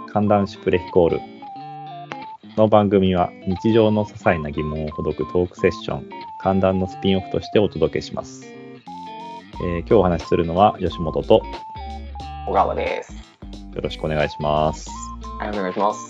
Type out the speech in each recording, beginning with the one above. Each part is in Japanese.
寒暖シュプレヒコール。この番組は日常の些細な疑問をほどくトークセッション、寒暖のスピンオフとしてお届けします。今日お話しするのは吉本と小川です。 よろしくお願いします。 はい、お願いします。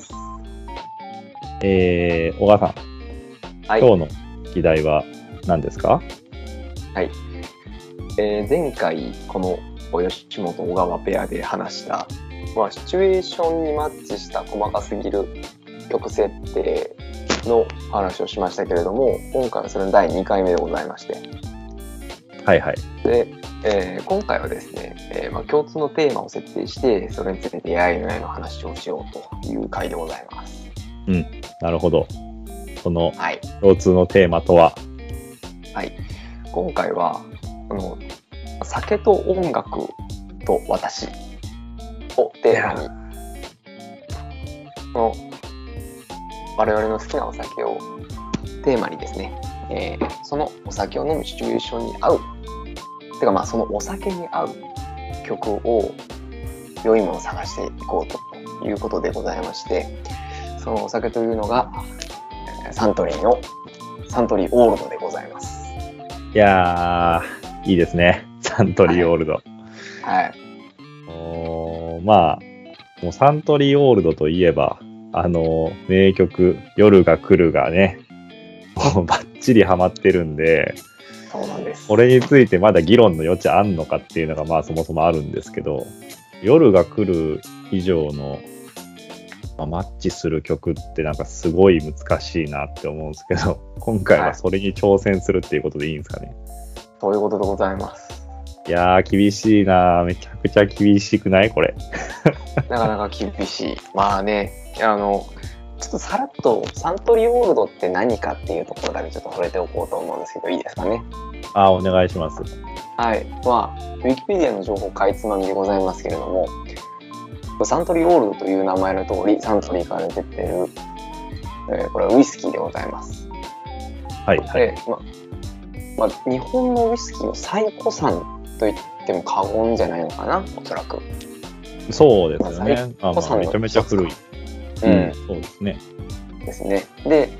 小川さん、はい、今日の議題は何ですか？ はい、前回この吉本小川ペアで話した、シチュエーションにマッチした細かすぎる曲設定の話をしましたけれども、今回はそれの第2回目でございまして、 はいはい。 で、今回はですね、共通のテーマを設定してそれについて出会いの絵の話をしようという回でございます。 うん、なるほど。その共通のテーマとは、 はい、今回は酒と音楽と私をテーマに、我々の好きなお酒をテーマにですね、そのお酒を飲むシチュエーションに合う、てかそのお酒に合う曲を良いものを探していこうということでございまして、そのお酒というのがサントリーのサントリーオールドでございます。 いやー、いいですね、サントリーオールド。 はい。 もうサントリーオールドといえば名曲夜が来るがね、もうバッチリハマってるんで、 そうなんです。 これについてまだ議論の余地あんのかっていうのがそもそもあるんですけど、夜が来る以上の、マッチする曲ってなんかすごい難しいなって思うんですけど、今回はそれに挑戦するっていうことでいいんですかね？ そういうことでございます。 いやー、厳しいな。めちゃくちゃ厳しくないこれ？ なかなか厳しい。ちょっとさらっとサントリーオールドって何かっていうところだけちょっと触れておこうと思うんですけど、いいですかね？ お願いします。 はい。ウィキペディアの情報かいつまみでございますけれども、サントリーオールドという名前の通り、サントリーから出てる、これはウイスキーでございます。 はいはい。 で、日本のウイスキーの最古参と言っても過言じゃないのかな、おそらく。 そうですよね。めちゃめちゃ古い。そうですね。 ですね。で、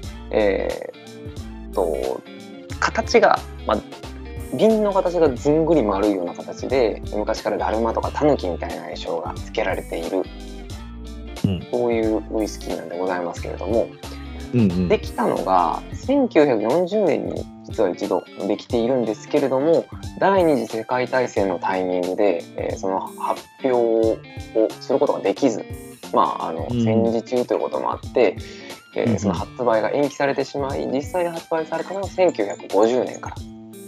形が、瓶の形がずんぐり丸いような形で、昔からだるまとかタヌキみたいな愛称が付けられている、そういうウイスキーなんでございますけれども、できたのが1940年に実は一度できているんですけれども、第二次世界大戦のタイミングで、その発表をすることができず、戦時中ということもあって、その発売が延期されてしまい、実際に発売されたのは1950年から。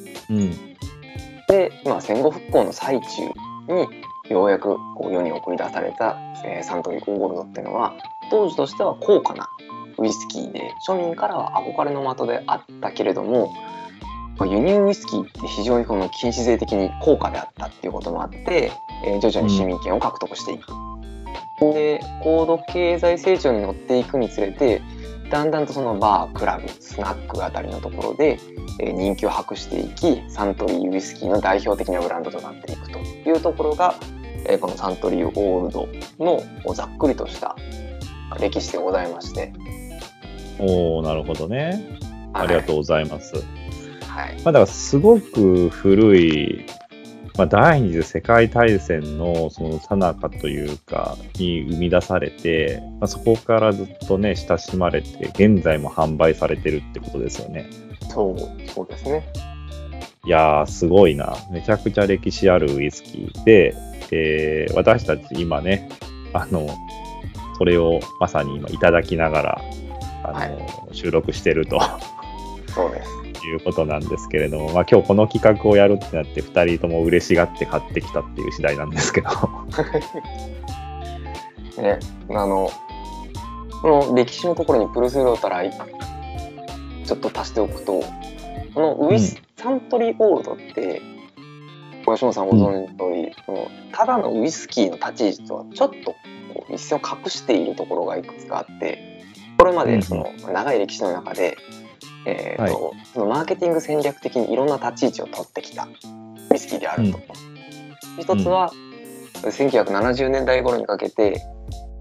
で、戦後復興の最中にようやく世に送り出された、サントリーオールドっていうのは当時としては高価なウイスキーで、庶民からは憧れの的であったけれども、輸入ウイスキーって非常に禁止税的に高価であったっていうこともあって、徐々に市民権を獲得していく。で、高度経済成長に乗っていくにつれて、だんだんとそのバー、クラブ、スナックあたりのところで人気を博していき、サントリーウイスキーの代表的なブランドとなっていくというところが、このサントリーオールドのざっくりとした歴史でございまして。 なるほどね。ありがとうございます。 はい。 だからすごく古い、第二次世界大戦のその最中というかに生み出されて、そこからずっとね親しまれて、現在も販売されてるってことですよね。 そうですね。 いやー、すごいな。めちゃくちゃ歴史あるウイスキーで、私たち今ねそれをまさに今いただきながら収録してるとそうですいうことなんですけれども、今日この企画をやるってなって2人とも嬉しがって買ってきたっていう次第なんですけどね、この歴史のところにプルスロータライちょっと足しておくと、このサントリーオールドって吉本さんご存知の通り、ただのウイスキーの立ち位置とはちょっと一線を隠しているところがいくつかあって、これまでその長い歴史の中で、そのマーケティング戦略的にいろんな立ち位置を取ってきたウイスキーであると。一つは1970年代頃にかけて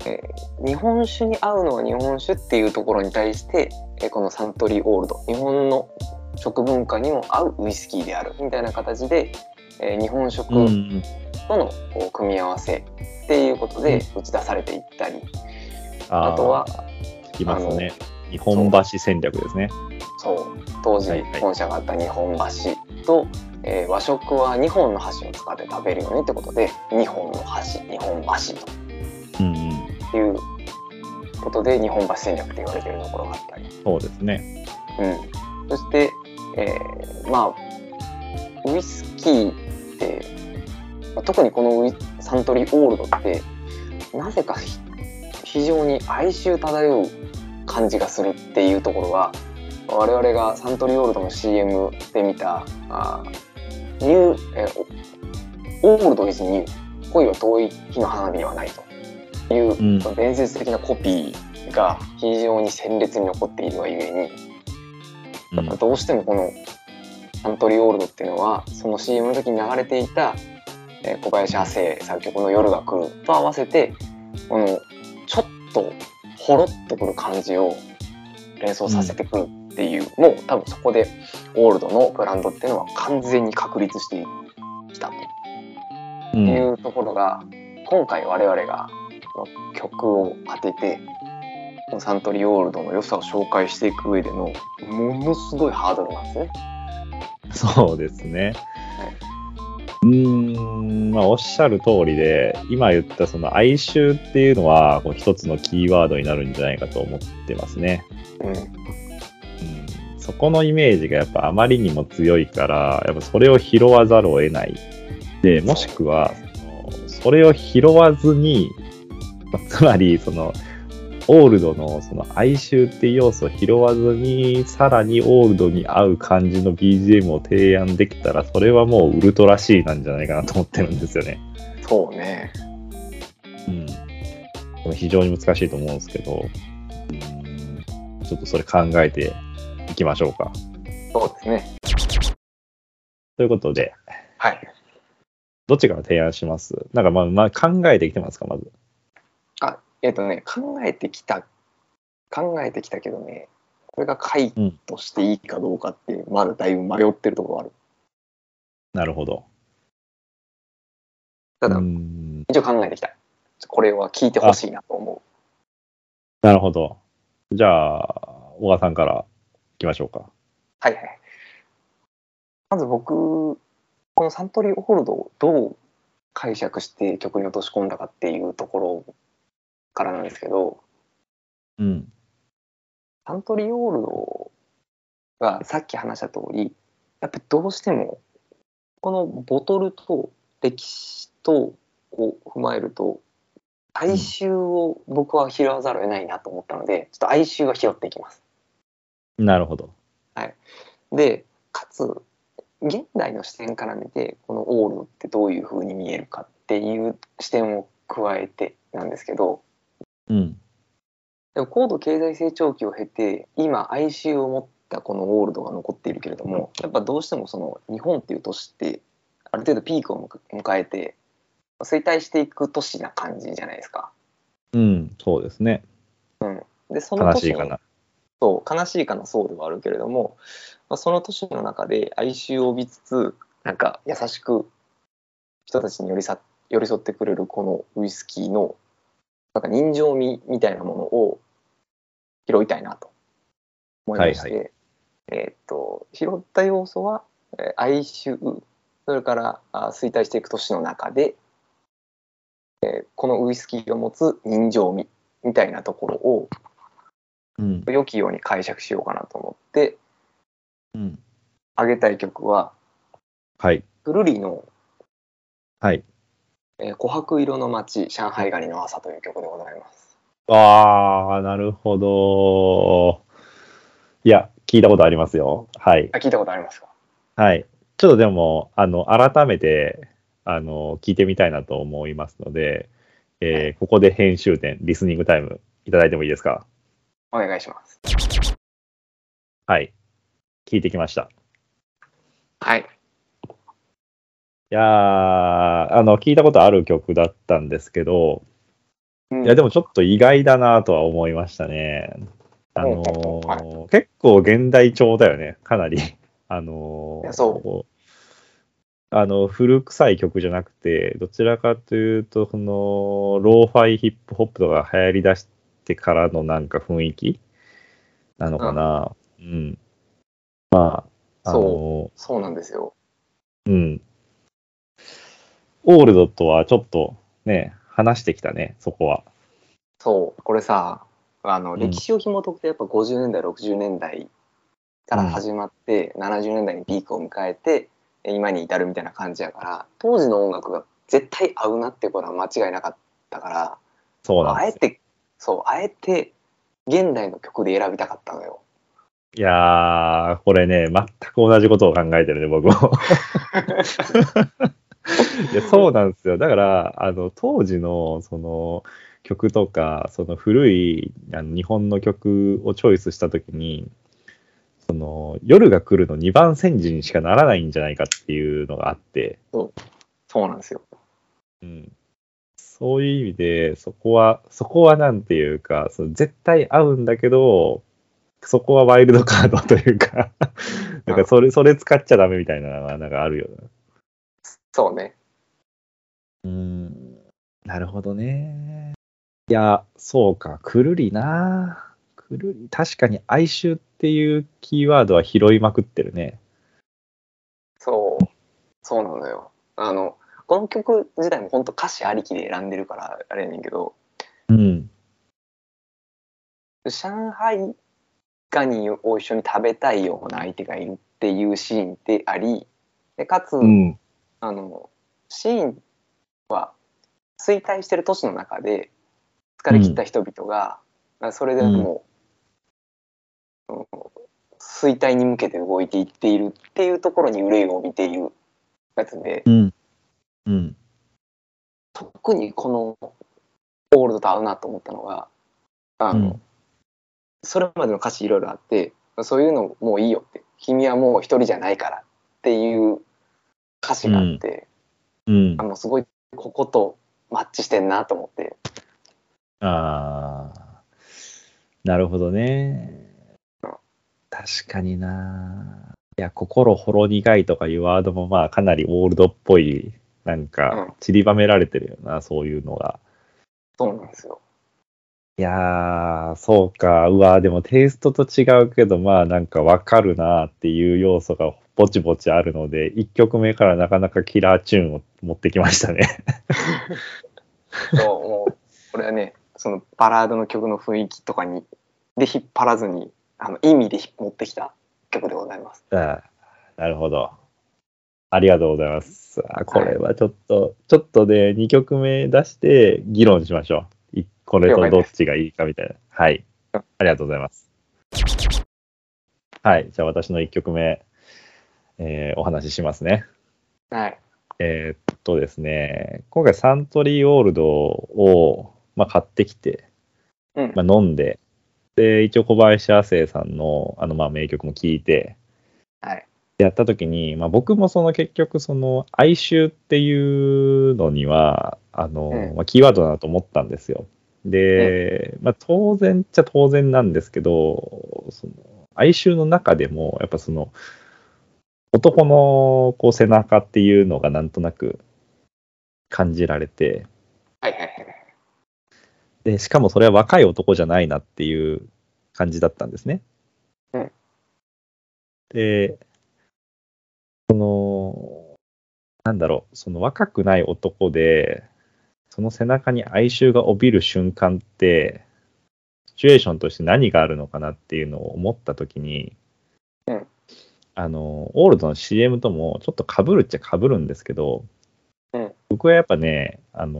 日本酒に合うのは日本酒っていうところに対して、このサントリーオールド、日本の食文化にも合うウイスキーであるみたいな形で、日本食とのこう組み合わせっていうことで打ち出されていったり、あとは聞きますね。日本橋戦略ですね。 そう当時本社があった日本橋と、和食は2本の箸を使って食べるよねってことで2本の箸日本橋ということで日本橋戦略って言われているところがあったり、 そうですね、 そして、まあウイスキーって、特にこのサントリーオールドってなぜか非常に哀愁漂う感じがするっていうところは、我々がサントリーオールドの CM で見たニュー、オールドイズニュー、恋は遠い日の花火ではないという、伝説的なコピーが非常に鮮烈に残っているがゆえに、どうしてもこのサントリーオールドっていうのはその CM の時に流れていた、小林亜星作曲の夜が来ると合わせてこのちょっとほろっとくる感じを連想させてくるっていう、もう多分そこでオールドのブランドっていうのは完全に確立してきたというところが、今回我々が曲を当ててサントリーオールドの良さを紹介していく上でのものすごいハードルなんですね。 そうですね、おっしゃる通りで、今言ったその哀愁っていうのはこう一つのキーワードになるんじゃないかと思ってますね。そこのイメージがやっぱあまりにも強いから、やっぱそれを拾わざるを得ない。で、もしくはそれを拾わずに、つまりそのオールドのその哀愁っていう要素を拾わずに、さらにオールドに合う感じの BGM を提案できたら、それはもうウルトラ C なんじゃないかなと思ってるんですよね。 そうね。 非常に難しいと思うんですけど、ちょっとそれ考えていきましょうか。 そうですね。 ということで、 はい。 どっちから提案します？なんか考えてきてますか、まず。 考えてきたけどね、これが回としていいかどうかってまだだいぶ迷ってるところがある。 なるほど。 ただ一応考えてきた。これは聞いてほしいなと思う。なるほど。じゃあ小川さんからいきましょうか。 はいはい。まず僕このサントリーオールドをどう解釈して曲に落とし込んだかっていうところからなんですけど、サントリーオールドがさっき話した通り、やっぱりどうしてもこのボトルと歴史とを踏まえると哀愁を僕は拾わざるを得ないなと思ったので、ちょっと哀愁は拾っていきます。 なるほど。 はい。でかつ現代の視点から見てこのオールドってどういう風に見えるかっていう視点を加えてなんですけど、でも高度経済成長期を経て今哀愁を持ったこのオールドが残っているけれども、やっぱどうしてもその日本っていう都市ってある程度ピークを迎えて衰退していく都市な感じじゃないですか。 そうですね。 でその都市悲しいかな。 そう悲しいかなそうではあるけれども、その都市の中で哀愁を帯びつつなんか優しく人たちに寄り添ってくれるこのウイスキーのなんか人情味みたいなものを拾いたいなと思いまして、拾った要素は哀愁、それから衰退していく都市の中で、このウイスキーが持つ人情味みたいなところを、良きように解釈しようかなと思って、あげたい曲は、くるりの、琥珀色の街上海狩りの朝という曲でございます。 なるほど。いや聞いたことありますよ。 聞いたことありますか？ ちょっとでも改めて聞いてみたいなと思いますので、ここで編集点リスニングタイムいただいてもいいですか？ お願いします。 聞いてきました。いや聞いたことある曲だったんですけど、 うんいや、でもちょっと意外だなとは思いましたね。 は結構現代調だよね、かなり。 いや、そう。 古臭い曲じゃなくて、どちらかというと、その、ローファイヒップホップとか流行り出してからのなんか雰囲気なのうん。 かな。うん。まあ、 そうなんですよ。 うん。オールドとはちょっとね、話してきたね、そこは。 そう、これさ、 うん。 歴史を紐解くとやっぱ50年代、60年代からうん。 始まって、70年代にピークを迎えて、今に至るみたいな感じやから、当時の音楽が絶対合うなってことは間違いなかったから、 そうなんですよ。 あえて、そう、あえて現代の曲で選びたかったのよ。 いやー、これね、全く同じことを考えてるね、僕も。いや、そうなんですよ。だから、当時の、その、曲とか、その古い日本の曲をチョイスしたときに、その、夜が来るの2番煎じにしかならないんじゃないかっていうのがあって、 そう、そうなんですよ。 うん、そういう意味で、そこはなんていうか、その絶対合うんだけど、そこはワイルドカードというかなんかうん、 それ使っちゃダメみたいなのがなんかあるよな。 そうね。 なるほどね。いや、そうか、くるりな。くるり、確かに哀愁っていうキーワードは拾いまくってるね。 そうなのよ。この曲自体も本当歌詞ありきで選んでるからあれやねんけど、 うん。 上海ガニを一緒に食べたいような相手がいるっていうシーンであり、でかつうん。 あのシーンは衰退してる都市の中で疲うん。 れ切った人々がそれうん。 でも衰退に向けて動いていっているっていうところに憂いを帯びているやつで、 うん。うん。 特にこのオールドと合うなと思ったのが、あのうん。 それまでの歌詞いろいろあって、そういうのもういいよって、君はもう一人じゃないからっていう歌詞があっうん。 て、 うん。 すごいこことマッチしてんなと思って。 ああ、なるほどね。確かにな。いや、心ほろ苦いとかいうワードもまあかなりオールドっぽい、なんかうん、 散りばめられてるよな、そういうのが。 そうなんですよ。 いやー、そうか。うわー、でもテイストと違うけど、まあなんかわかるなっていう要素がぼちぼちあるので、1曲目からなかなかキラーチューンを持ってきましたね。 そうもうこれはね、そのバラードの曲の雰囲気とかにで引っ張らずに意味で持ってきた曲でございます。 あー、なるほど。ありがとうございます。こはい、 れはちょっとね、2曲目出して議論しましょう。これと了解です。 どっちがいいかみたいな。はい。ありがとうございます。はい。じゃあ私の1曲目、お話ししますね。 はい。 ですね、今回サントリーオールドを、まあ、買ってきて、 うん。 まあ、飲んで、で、一応小林亜星さんの、まあ、名曲も聴いて、 はい。 やった時に、まあ、僕もその結局その哀愁っていうのにはうん。 まあ、キーワードだなと思ったんですよ。 うん。 で、まあ、当然っちゃ当然なんですけど、その哀愁の中でもやっぱその男のこう背中っていうのがなんとなく感じられて、 はいはいはい。 でしかもそれは若い男じゃないなっていう感じだったんですね。 うん。 で、なんだろう、その若くない男で、その背中に哀愁が帯びる瞬間って、シチュエーションとして何があるのかなっていうのを思ったときに、 うん。 オールドの CM ともちょっと被るっちゃ被るんですけど、 うん。 僕はやっぱね、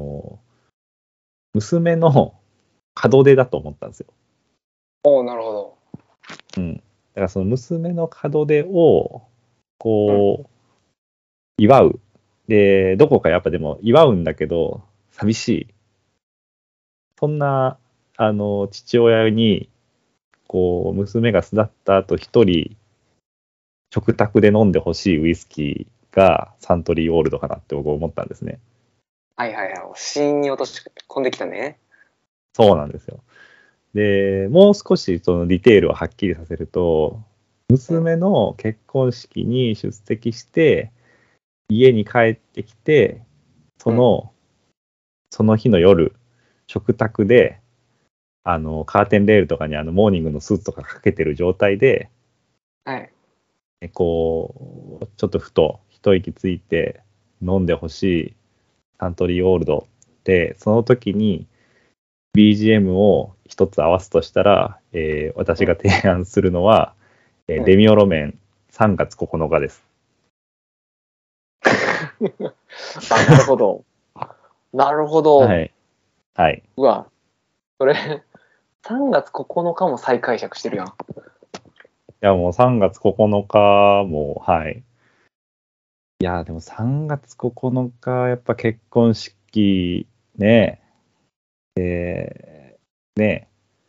娘の門出だと思ったんですよ。 おお、なるほど。 うん。だからその娘の門出を、 うん。 こう、祝う。で、どこかやっぱでも祝うんだけど、寂しい。そんな、父親に、こう、娘が巣立った後、一人、食卓で飲んでほしいウイスキーがサントリーオールドかなって僕は思ったんですね。 はいはいはい。死因に落とし込んできたね。 そうなんですよ。で、もう少しそのディテールをはっきりさせると、娘の結婚式に出席して、家に帰ってきて、その日の夜、食卓で、カーテンレールとかにモーニングのスーツとかかけてる状態で、 はい。 こう、ちょっとふと一息ついて飲んでほしいサントリーオールドで、その時に BGM を一つ合わすとしたら、私が提案するのは、デミオロメン3月9日です。 あ、なるほど。なるほど。 はい。はい。 うわ、それ、3月9日も再解釈してるやん。 いや、もう3月9日も、はい。いや、でも3月9日、やっぱ結婚式ね、ね、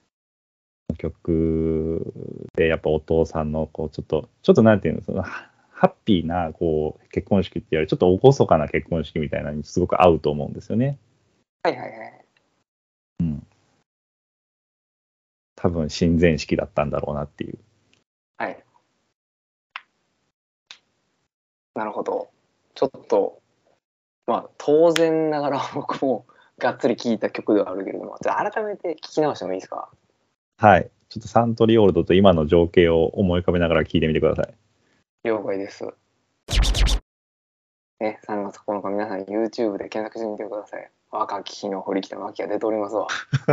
曲で、やっぱお父さんの、こう、ちょっとなんていうの、その、ハッピーな、こう、結婚式っていうより、ちょっと厳かな結婚式みたいなのにすごく合うと思うんですよね。 はいはいはい。 うん。多分、親善式だったんだろうなっていう。 はい。なるほど。ちょっと、まあ、当然ながら僕もがっつり聴いた曲ではあるけれども、じゃあ改めて聴き直してもいいですか？ はい。ちょっとサントリーオールドと今の情景を思い浮かべながら聞いてみてください。 了解です。ね、3月9日皆さん YouTube で検索してみてください。若き日の堀北真希が出ておりますわ。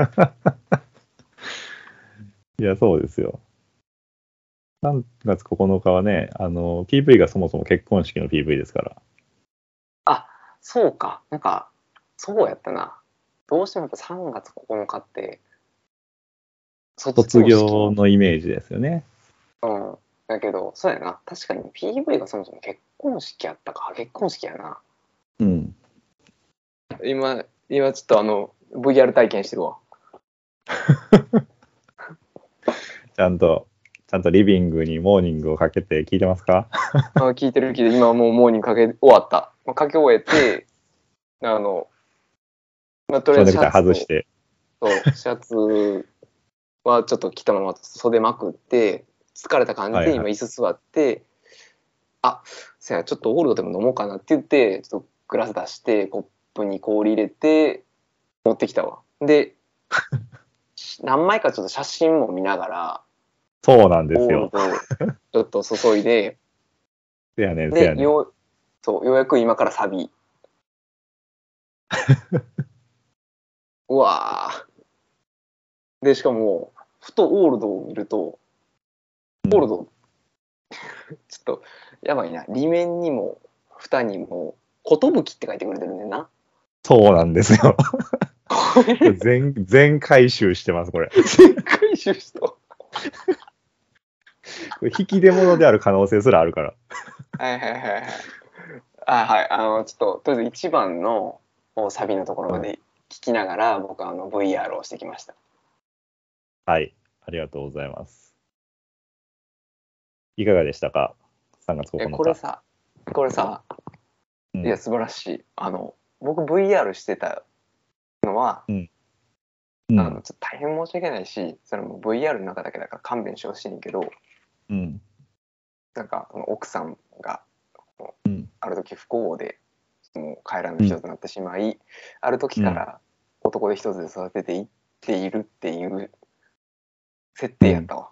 いや、そうですよ。3月9日はね、PV がそもそも結婚式の PV ですから。 あ、そうか。なんか、そうやったな。どうしてもやっぱ3月9日って、卒卒業式の、 業のイメージですよね。 うん。だけど、そうやな。確かに PV がそもそも結婚式やったか。結婚式やな。 うん。 今ちょっとVR 体験してるわ。 ちゃんとリビングにモーニングをかけて聞いてますか？ 聞いてる聞いてる。今はもうモーニングかけ終わった。かけ終えて、あの、とりあえず蝶ネクタイ外して。 シャツはちょっと着たまま袖まくって、疲れた感じで今椅子座って、あ、せや、ちょっとオールドでも飲もうかなって言って、ちょっとグラス出して、コップに氷入れて、持ってきたわ。で、何枚かちょっと写真も見ながら、 そうなんですよ。 オールドをちょっと注いで、 せやねん、せやで、 ねん。 ようやく今からサビ。うわー。で、しかも、ふとオールドを見ると、オールド、ちょっと、やばいな。裏面にも、蓋にも、寿って書いてくれてるねんな。 そうなんですよ。 これ、 全回収してます、これ。 全回収した。 引き出物である可能性すらあるから。 はいはいはいはい。あ、はい。ちょっと、とりあえず1番のサビのところまで聞きながら、僕はVR をしてきました。 はい。ありがとうございます。いかがでしたか？ 3 月9日。 これさ、 うん。 いや、素晴らしい。僕 VR してたのは、 うん。うん。 ちょっと大変申し訳ないし、それも VR の中だけだから勘弁してほしいんだけど、 うん。 なんか、その奥さんが、 うん。 ある時不幸で、もう帰らぬうん。 人となってしまい、ある時うん。 から男で一つで育てていっているっていう設うん。 定やったわ。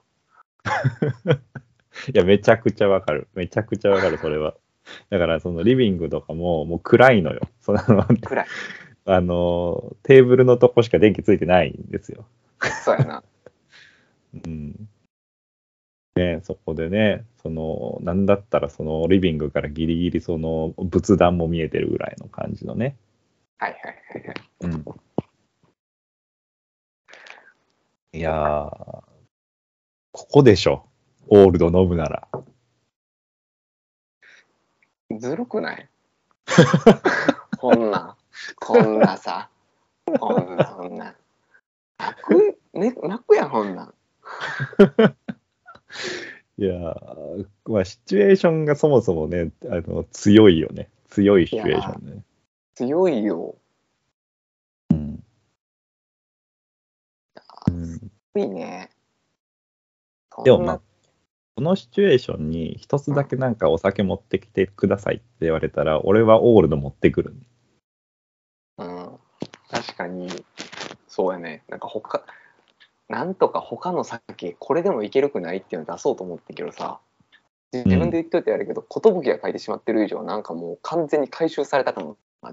いや、めちゃくちゃわかる。めちゃくちゃわかる、それは。だから、そのリビングとかも、もう暗いのよ。 くらい。 テーブルのとこしか電気ついてないんですよ。 そうやな。 うん。ね、そこでね、なんだったら、リビングからギリギリ、仏壇も見えてるぐらいの感じのね。 はいはいはいはい。 うん。いやー、ここでしょ。オールド飲むなら。 ずるくない？こんなん、こんなさ、こんな。泣くやん、こんなん。 いやー、まあ、シチュエーションがそもそもね、強いよね。強いシチュエーシいやョンね。 強いよ。 うん。 いいね。 でもまあ、このシチュエーションに一つだけなんかお酒持ってきてくださいって言われたら、俺はオールド持ってくる。 うん、確かに、そうやね。なんかなんとか他の酒、これでもいけるくないっていうの出そうと思ってんけどさ、自分で言っといてやるけど、寿が書いてしまってる以上、なんかもう完全に回収された感があって。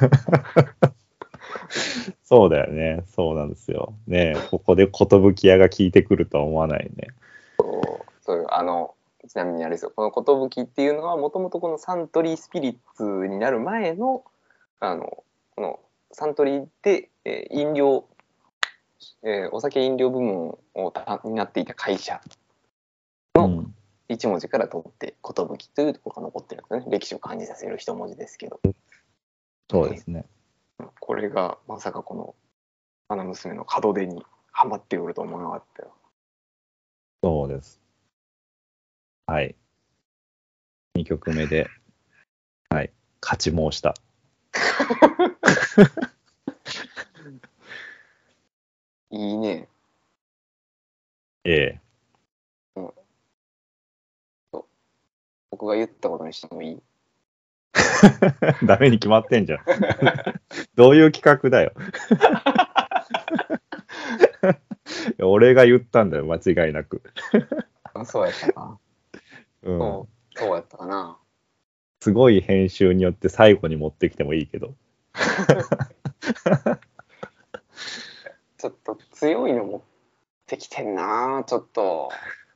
そうだよね。そうなんですよ。ねここで寿屋が効いてくるとは思わないね。 そういうちなみにあれですよ、この寿っていうのはもともとこのサントリースピリッツになる前のこのサントリーで、飲料、お酒飲料部門を担っていた会社の一文字から取って寿というところが残ってるんですね。歴史を感じさせる一文字ですけど。 そうですね。 これがまさかこの花娘の門出にはまってくると思わなかったよ。 そうです。はい。2曲目で、はい、勝ち申した。 いいね。 ええ。 僕が言ったことにしてもいい？ ダメに決まってんじゃん。どういう企画だよ。俺が言ったんだよ、間違いなく。 そうやったか。 うん、 そうやったかな。 すごい編集によって最後に持ってきてもいいけど。 ちょっと強いの持ってきてんな、ちょっと。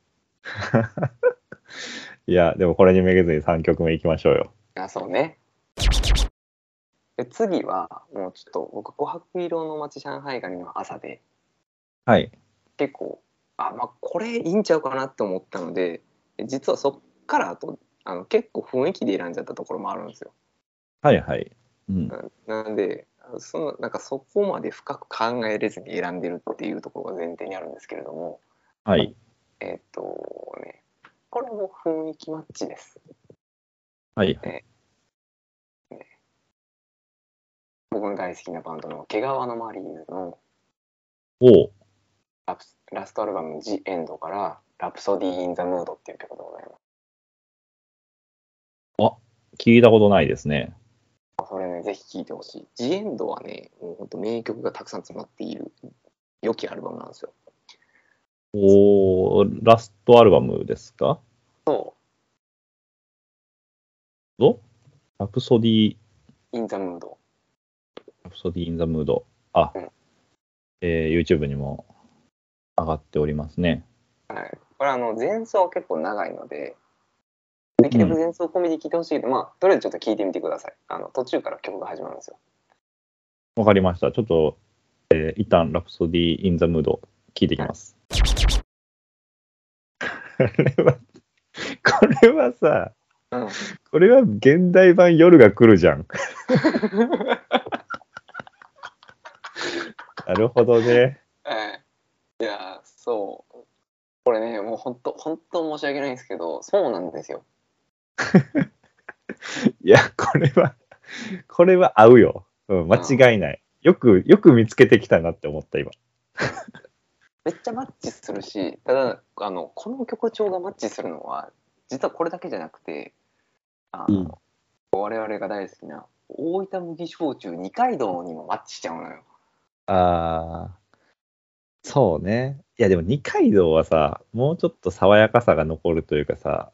いや、でもこれにめげずに3曲目いきましょうよ。 そうね。で次はもうちょっと僕琥珀色の街上海ガニの朝で、 はい。 結構これいいんちゃうかなって思ったので、実はそっからあと結構雰囲気で選んじゃったところもあるんですよ。 はいはい。うん。 なんでなんかそこまで深く考えれずに選んでるっていうところが前提にあるんですけれども、 はい。 これも雰囲気マッチです。 はい。 僕の大好きなバンドの毛皮のマリーヌのおラストアルバム「ジ・エンド」から「ラプソディ・イン・ザ・ムード」っていう曲でございます。 あ、聞いたことないですね。 それね、ぜひ聴いてほしい。ジ・エンドはね、もうほんと名曲がたくさん詰まっている良きアルバムなんですよ。 ラストアルバムですか？ラプソディ・イン・ザ・ムード。 ラプソディ・イン・ザ・ムード。あ、YouTube にも上がっておりますね。 はい、これ前奏結構長いので、できれば前奏込みで聴いてほしいけど、とりあえずちょっと聴いてみてください。途中から曲が始まるんですよ。 わかりました。ちょっと、一旦ラプソディ・イン・ザ・ムード聞いてきます。これはさ、これは現代版夜が来るじゃん。なるほどね。 いや、そう。これね、もう本当申し訳ないんですけど、そうなんですよ。 いや、これは合うよ。間違いない。よく見つけてきたなって思った、今。 めっちゃマッチするし、ただ、この曲調がマッチするのは、実はこれだけじゃなくて、我々が大好きな大分麦焼酎二階堂にもマッチしちゃうのよ。 そうね。いや、でも二階堂はさ、もうちょっと爽やかさが残るというかさ、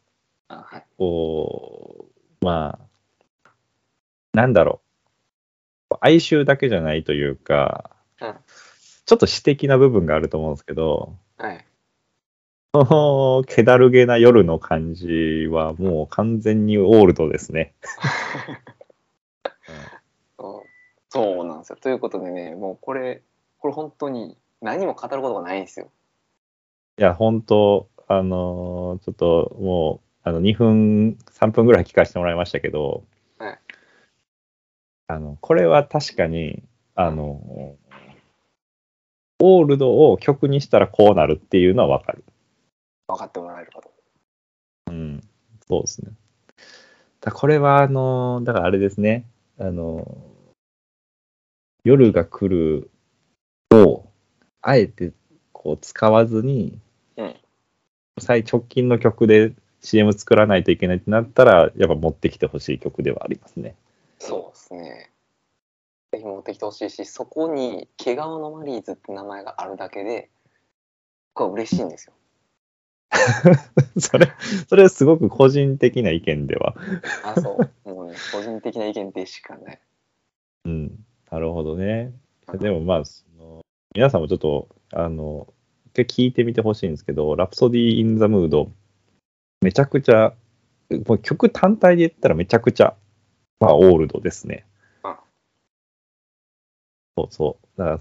まあ、なんだろう。哀愁だけじゃないというか、ちょっと詩的な部分があると思うんですけど、その気だるげな夜の感じはもう完全にオールドですね。 そうなんですよ。ということでね、もうこれ本当に何も語ることがないんですよ。 いや、本当ちょっともう、2分、3分ぐらい聞かせてもらいましたけど、これは確かに、オールドを曲にしたらこうなるっていうのはわかる。 分かってもらえるかと。 そうですね。これは、だからあれですね、夜が来るを、あえて、 こう使わずに、 うん最直近の曲で CM 作らないといけないってなったら、やっぱ持ってきてほしい曲ではありますね。 そうですね。ぜひ持ってきてほしいし、そこに毛皮のマリーズって名前があるだけで、僕は嬉しいんですよ。 それ、それはすごく個人的な意見では。 あ、そう。もうね、個人的な意見でしかない。 うん、なるほどね。 うんでもまあ、皆さんもちょっと、一回聞いてみてほしいんですけど、ラプソディ・イン・ザ・ムード、めちゃくちゃ、もう曲単体で言ったらめちゃくちゃ、まあ、オールドですね。 あ、 そうそう。だから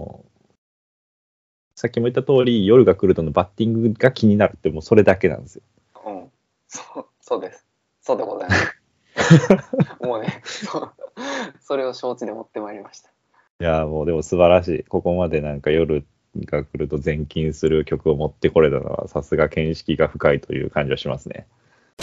さっきも言った通り、夜が来るとのバッティングが気になるって、もうそれだけなんですよ。 うん。そうです。そうでございます。もうね、それを承知で持ってまいりました。 いやー、もうでも素晴らしい。ここまでなんか夜が来ると前進する曲を持ってこれたのは、さすが見識が深いという感じはしますね。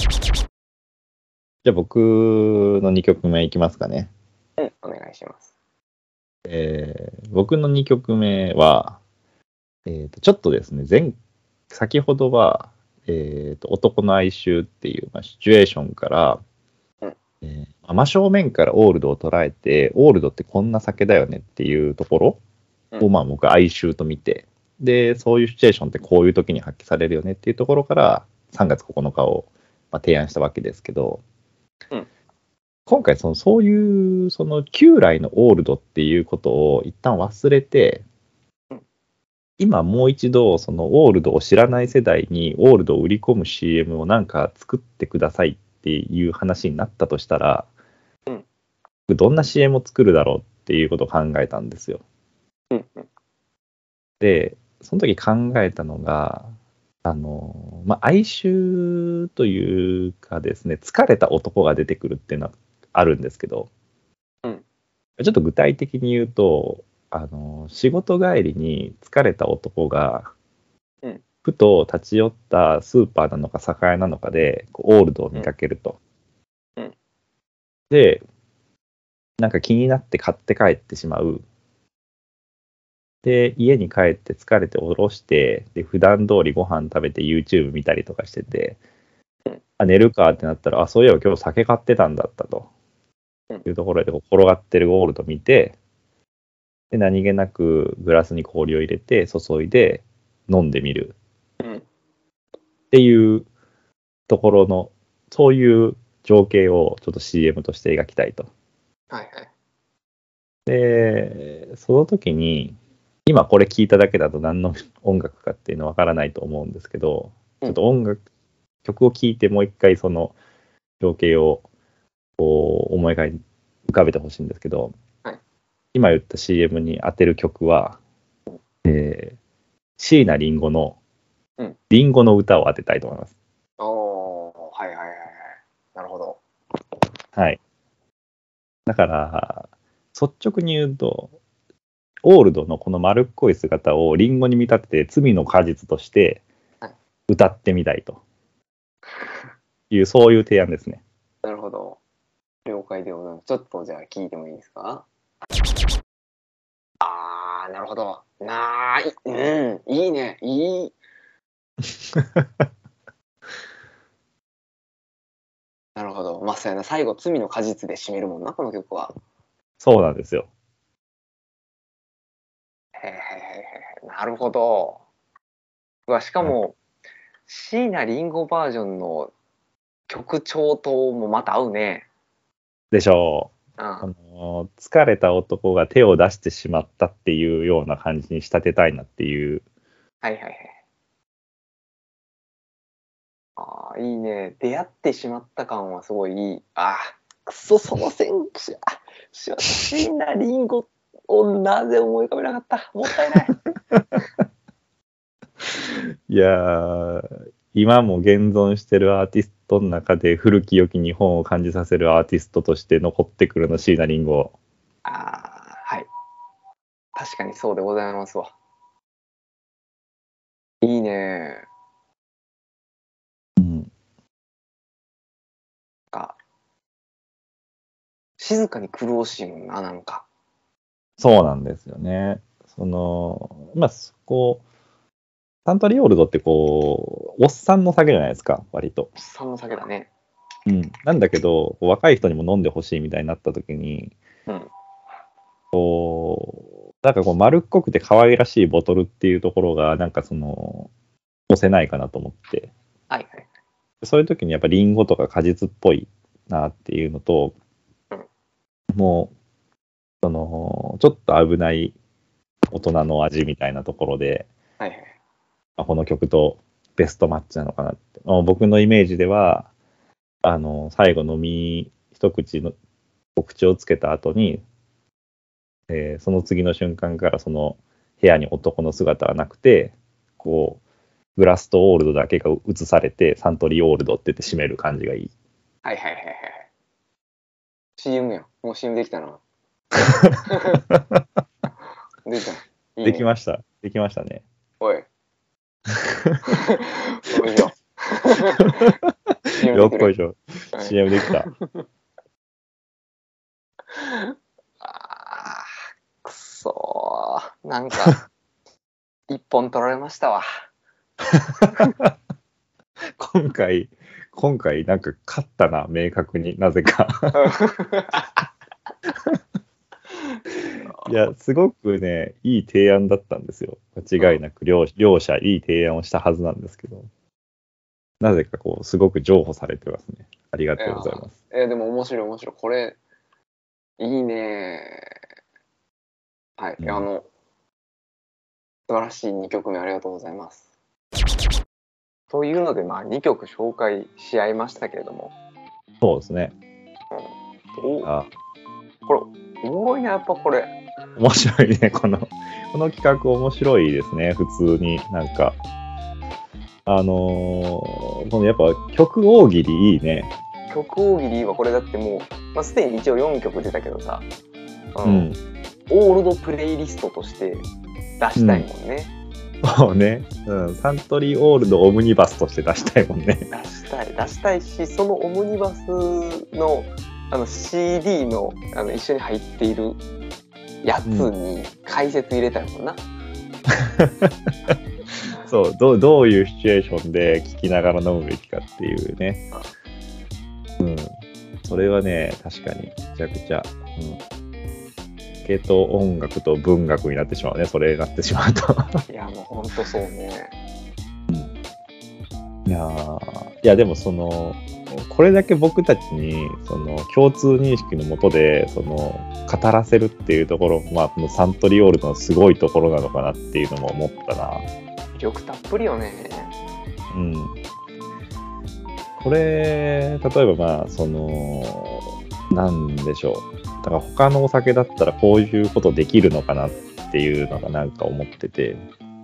じゃあ僕の2曲目いきますかね。 うん、お願いします。 僕の2曲目は、ちょっとですね、先ほどは、男の哀愁っていう、まあ、シチュエーションから、 うん真正面からオールドを捉えて、オールドってこんな酒だよねっていうところを、まあ僕は哀愁と見て、で、そういうシチュエーションってこういう時に発揮されるよねっていうところから3月9日を、まあ、提案したわけですけど、 うん今回そういうその旧来のオールドっていうことを一旦忘れて、 うん今もう一度そのオールドを知らない世代にオールドを売り込む CM をなんか作ってくださいっていう話になったとしたら、 うんどんな CM を作るだろうっていうことを考えたんですよ。 うんうんで、その時考えたのが、まあ、哀愁というかですね、疲れた男が出てくるっていうのはあるんですけど、 うんちょっと具体的に言うと、仕事帰りに疲れた男が、 うんふと立ち寄ったスーパーなのか酒屋なのかで、こうオールドを見かけると。 うんで、なんか気になって買って帰ってしまう。で、家に帰って疲れて下ろして、で、普段通りご飯食べて YouTube 見たりとかしてて、あ、寝るかってなったら、あ、そういえば今日酒買ってたんだったとうんいうところでこう転がってるゴールド見て、で、何気なくグラスに氷を入れて注いで飲んでみるうんっていうところの、そういう情景をちょっと CM として描きたいと。 はいはい。 で、その時に、今これ聞いただけだと何の音楽かっていうのわからないと思うんですけど、ちょっと曲を聴いてもう一回その情景をこう思い浮かべてほしいんですけど、 はい、 今言った CM に当てる曲は、椎名林檎のリンゴの歌を当てたいと思います。 おー、はいはいはいはい。なるほど。 はい。だから、率直に言うと、オールドのこの丸っこい姿をリンゴに見立てて罪の果実として歌ってみたいという、そういう提案ですね。 なるほど。了解でございます。ちょっとじゃあ聞いてもいいですか？あー、なるほど。いいね。いい。なるほど。まあ、そうやな。最後、罪の果実で締めるもんな、この曲は。 そうなんですよ。 へへへへ。なるほど。うわ、しかも、椎名林檎バージョンの曲調ともまた合うね。 でしょう。 うん。は疲れた男が手を出してしまったっていうような感じに仕立てたいなっていう。 いはいはい。ああ、いいね。出会ってしまった感はすごいいい。ああ、くそ、その選手、椎名林檎をなぜ思い浮かべなかった。もったいない。 いやー、今も現存してるアーティストの中で古き良き日本を感じさせるアーティストとして残ってくるの椎名林檎。 ああ、はい。確かにそうでございますわ。いいね。 うん、 か、静かに苦しいもんな、なんか。 そうなんですよね。まあ、そこ、 サントリーオールドってこう、おっさんの酒じゃないですか、割と。 おっさんの酒だね。 うん。なんだけど、こう若い人にも飲んでほしいみたいになった時に、 うん。 なんかこう丸っこくて可愛らしいボトルっていうところが、なんかその、押せないかなと思って。 はいはい。 そういう時にやっぱリンゴとか果実っぽいなっていうのと、もう、その、ちょっと危ない大人の味みたいなところで、 はいはい。 この曲とベストマッチなのかなって。僕のイメージでは、最後一口のお口をつけた後に、その次の瞬間からその部屋に男の姿はなくて、こう、グラスとオールドだけが映されて、サントリーオールドって言って締める感じがいい。 はいはいはいはい。CM やん。もう CM できたな。できた。いいね。 できました。できましたね。 おい。おいしょ。 よっこいしょ。CM できた。 あー、くそー。なんか、一本取られましたわ。 今回なんか勝ったな、明確になぜか。いや、すごくね、いい提案だったんですよ。間違いなく両者いい提案をしたはずなんですけど、なぜかこう、すごく譲歩されてますね。ありがとうございます。 でも面白い面白い。これ、いいね。はい。 うん、 素晴らしい2曲目ありがとうございます。というので、まあ、2曲紹介し合いましたけれども。 そうですね。 これ、おもろいな、やっぱこれ。 面白いね、この企画面白いですね、普通に。なんか、このやっぱ曲大喜利いいね。 曲大喜利はこれだってもう、まあ、すでに一応4曲出たけどさ、 うん、 オールドプレイリストとして出したいもんね。 そうね、サントリーオールドオムニバスとして出したいもんね。 出したいし、そのオムニバスのCD の一緒に入っているやつに解説入れたいもんな。 そうどういうシチュエーションで聴きながら飲むべきかっていうね。それはね、確かにめちゃくちゃ、系統音楽と文学になってしまうね、それになってしまうと。 いや、もうほんとそうね。 いやでもこれだけ僕たちに共通認識のもとで語らせるっていうところ、まあ、このサントリーオールドのすごいところなのかなっていうのも思ったな。 魅力たっぷりよね。 これ例えばまあなんでしょう、だから他のお酒だったらこういうことできるのかなっていうのがなんか思ってて、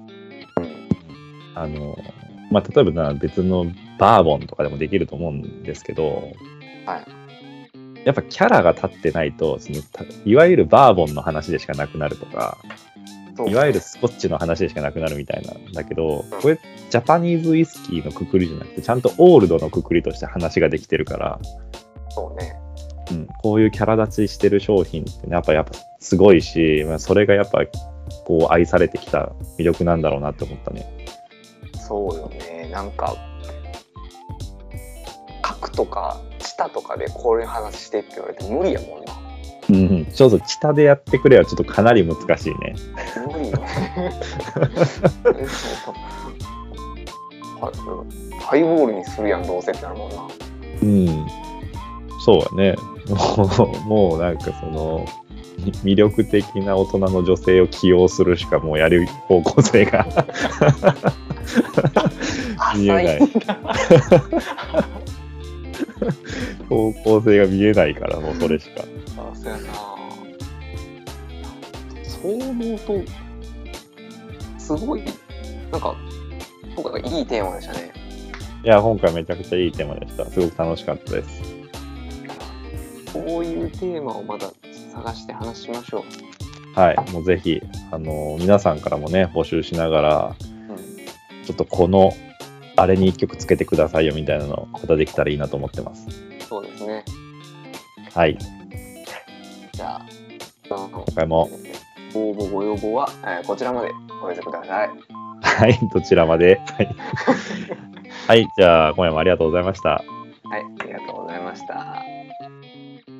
まあ、例えば別のバーボンとかでもできると思うんですけど、 はい、 やっぱキャラが立ってないといわゆるバーボンの話でしかなくなるとか、いわゆるスコッチの話でしかなくなるみたいなんだけど、これジャパニーズウイスキーのくくりじゃなくてちゃんとオールドのくくりとして話ができてるから、 そうね、 こういうキャラ立ちしてる商品って、ね、やっぱすごいし、まあ、それがやっぱこう愛されてきた魅力なんだろうなって思ったね。 そうよね。なんか核とかチタとかでこういう話してって言われて無理やもんな。 ちょっとチタでやってくれはちょっとかなり難しいね。 無理よね。ハイボールにするやんどうせってなるもんな。 そうだね。もうなんか魅力的な大人の女性を起用するしかもうやる方向性が見えない。方向性が見えないからもうそれしか。 そうやな。そう思うとすごいなんか今回いいテーマでしたね。 いや今回めちゃくちゃいいテーマでした。すごく楽しかったです。 こういうテーマをまた探して話しましょう。はい、もうぜひ皆さんからもね募集しながら、ちょっとこのあれに1曲つけてくださいよみたいなのをまたできたらいいなと思ってます。 そうですね。 はい。 じゃあ今回も応募ご要望は、こちらまでお寄せください。 はい、どちらまで。はい、はい、じゃあ今夜もありがとうございました。 はい、ありがとうございました。